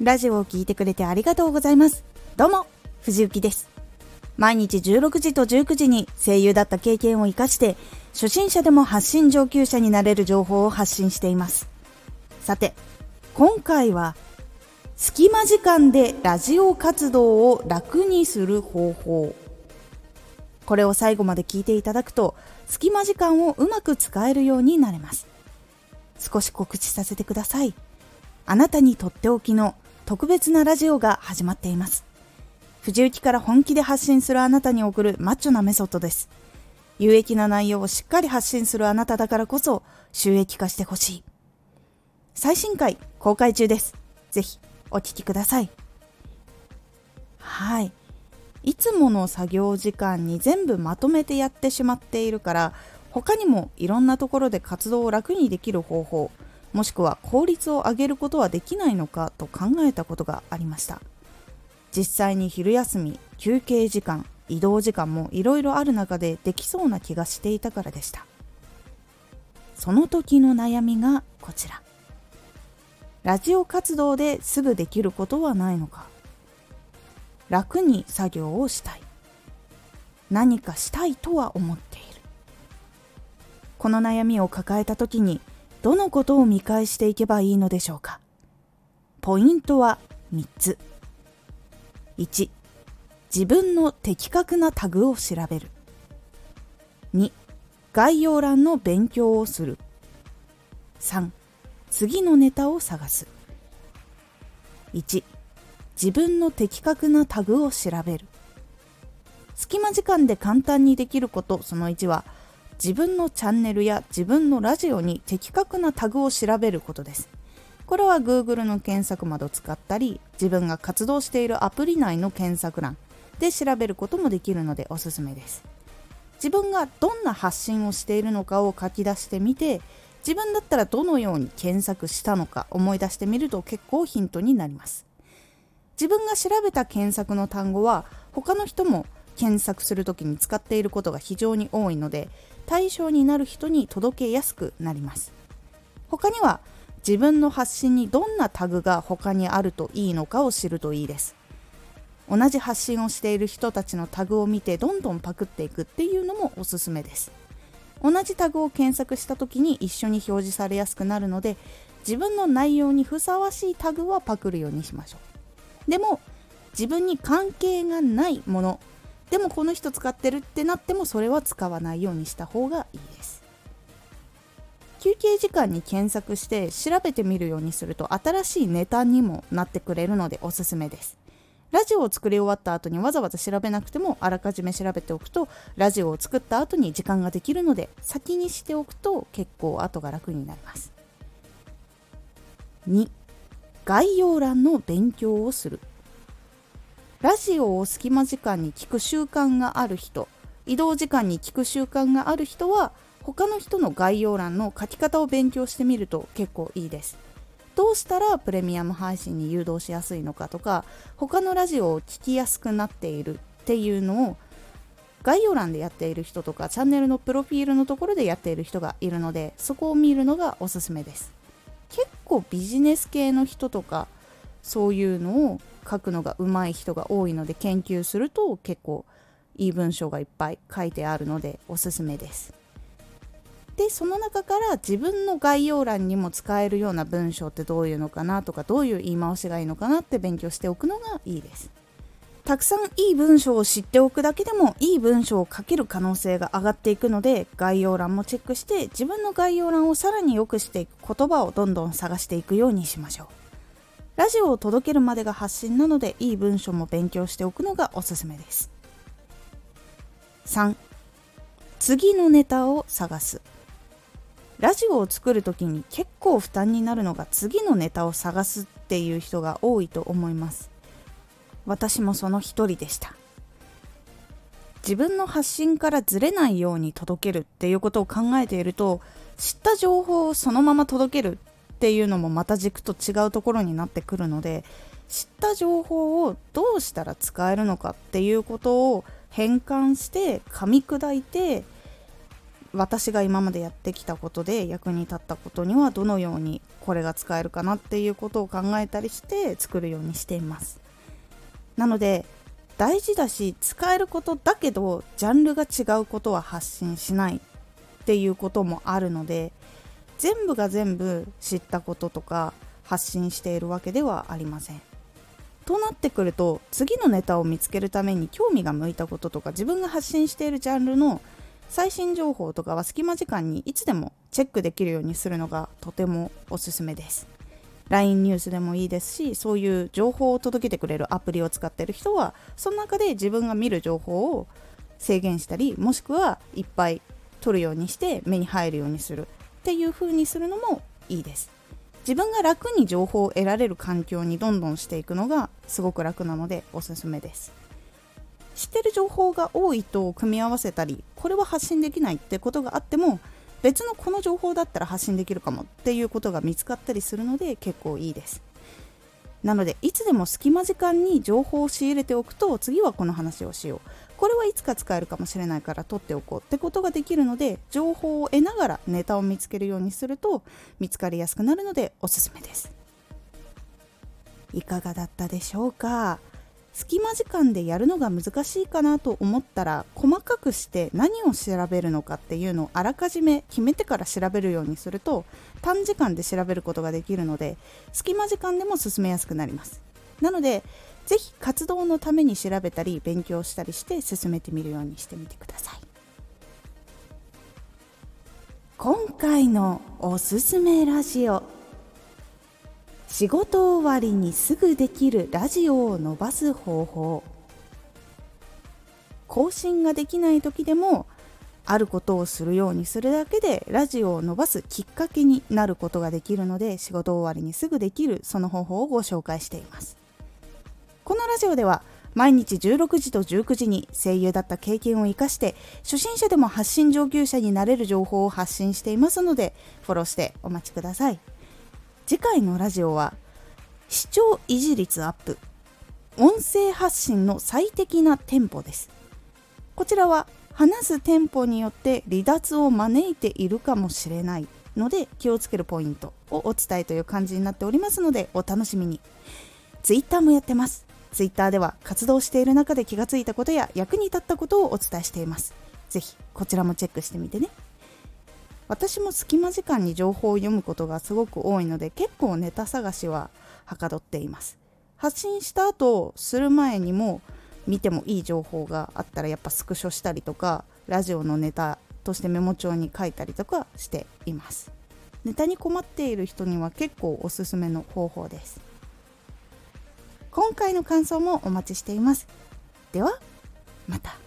ラジオを聞いてくれてありがとうございます。どうも、藤幸です。毎日16時と19時に声優だった経験を生かして、初心者でも発信上級者になれる情報を発信しています。さて、今回は、隙間時間でラジオ活動を楽にする方法。これを最後まで聞いていただくと、隙間時間をうまく使えるようになれます。少し告知させてください。あなたにとっておきの特別なラジオが始まっています。藤幸から本気で発信するあなたに送るマッチョなメソッドです。有益な内容をしっかり発信するあなただからこそ収益化してほしい。最新回公開中です。ぜひお聞きください。はい。いつもの作業時間に全部まとめてやってしまっているから、他にもいろんなところで活動を楽にできる方法、もしくは効率を上げることはできないのかと考えたことがありました。実際に昼休み、休憩時間、移動時間もいろいろある中でできそうな気がしていたからでした。その時の悩みがこちら。ラジオ活動ですぐできることはないのか。楽に作業をしたい。何かしたいとは思っている。この悩みを抱えた時にどのことを見返していけばいいのでしょうか。ポイントは3つ。1、自分の的確なタグを調べる。2、概要欄の勉強をする。3、次のネタを探す。1、自分の的確なタグを調べる。隙間時間で簡単にできることその1は、自分のチャンネルや自分のラジオに的確なタグを調べることです。これは Google の検索窓を使ったり、自分が活動しているアプリ内の検索欄で調べることもできるのでおすすめです。自分がどんな発信をしているのかを書き出してみて、自分だったらどのように検索したのか思い出してみると結構ヒントになります。自分が調べた検索の単語は他の人も検索するときに使っていることが非常に多いので、対象になる人に届けやすくなります。他には自分の発信にどんなタグが他にあるといいのかを知るといいです。同じ発信をしている人たちのタグを見てどんどんパクっていくっていうのもおすすめです。同じタグを検索した時に一緒に表示されやすくなるので、自分の内容にふさわしいタグはパクるようにしましょう。でも自分に関係がないものでもこの人使ってるってなってもそれは使わないようにした方がいいです。休憩時間に検索して調べてみるようにすると新しいネタにもなってくれるのでおすすめです。ラジオを作り終わった後にわざわざ調べなくてもあらかじめ調べておくと、ラジオを作った後に時間ができるので先にしておくと結構後が楽になります。2、概要欄の勉強をする。ラジオを隙間時間に聞く習慣がある人、移動時間に聞く習慣がある人は他の人の概要欄の書き方を勉強してみると結構いいです。どうしたらプレミアム配信に誘導しやすいのかとか、他のラジオを聞きやすくなっているっていうのを概要欄でやっている人とかチャンネルのプロフィールのところでやっている人がいるので、そこを見るのがおすすめです。結構ビジネス系の人とかそういうのを書くのが上手い人が多いので、研究すると結構いい文章がいっぱい書いてあるのでおすすめです。で、その中から自分の概要欄にも使えるような文章ってどういうのかなとか、どういう言い回しがいいのかなって勉強しておくのがいいです。たくさんいい文章を知っておくだけでもいい文章を書ける可能性が上がっていくので、概要欄もチェックして自分の概要欄をさらに良くしていく言葉をどんどん探していくようにしましょう。ラジオを届けるまでが発信なので、いい文章も勉強しておくのがおすすめです。3、次のネタを探す。ラジオを作るときに結構負担になるのが次のネタを探すっていう人が多いと思います。私もその一人でした。自分の発信からずれないように届けるっていうことを考えていると、知った情報をそのまま届けるっていうのもまた軸と違うところになってくるので、知った情報をどうしたら使えるのかっていうことを変換して噛み砕いて私が今までやってきたことで役に立ったことにはどのようにこれが使えるかなっていうことを考えたりして作るようにしています。なので大事だし使えることだけどジャンルが違うことは発信しないっていうこともあるので、全部が全部知ったこととか発信しているわけではありません。となってくると次のネタを見つけるために興味が向いたこととか自分が発信しているジャンルの最新情報とかは隙間時間にいつでもチェックできるようにするのがとてもおすすめです。 LINE ニュースでもいいですし、そういう情報を届けてくれるアプリを使っている人はその中で自分が見る情報を制限したり、もしくはいっぱい取るようにして目に入るようにするっていう風にするのもいいです。自分が楽に情報を得られる環境にどんどんしていくのがすごく楽なのでおすすめです。知ってる情報が多いと組み合わせたり、これは発信できないってことがあっても別のこの情報だったら発信できるかもっていうことが見つかったりするので結構いいです。なのでいつでも隙間時間に情報を仕入れておくと、次はこの話をしよう、これはいつか使えるかもしれないから取っておこうってことができるので、情報を得ながらネタを見つけるようにすると見つかりやすくなるのでおすすめです。いかがだったでしょうか。隙間時間でやるのが難しいかなと思ったら、細かくして何を調べるのかっていうのをあらかじめ決めてから調べるようにすると短時間で調べることができるので、隙間時間でも進めやすくなります。なのでぜひ活動のために調べたり勉強したりして進めてみるようにしてみてください。今回のおすすめラジオ、仕事終わりにすぐできるラジオを伸ばす方法。更新ができない時でもあることをするようにするだけでラジオを伸ばすきっかけになることができるので、仕事終わりにすぐできるその方法をご紹介しています。このラジオでは毎日16時と19時に声優だった経験を生かして初心者でも発信上級者になれる情報を発信していますので、フォローしてお待ちください。次回のラジオは視聴維持率アップ、音声発信の最適なテンポです。こちらは話すテンポによって離脱を招いているかもしれないので気をつけるポイントをお伝えという感じになっておりますのでお楽しみに。ツイッターもやってます。ツイッターでは活動している中で気がついたことや役に立ったことをお伝えしています。ぜひこちらもチェックしてみてね。私も隙間時間に情報を読むことがすごく多いので結構ネタ探しははかどっています。発信した後する前にも見てもいい情報があったらやっぱスクショしたりとかラジオのネタとしてメモ帳に書いたりとかしています。ネタに困っている人には結構おすすめの方法です。今回の感想もお待ちしています。ではまた。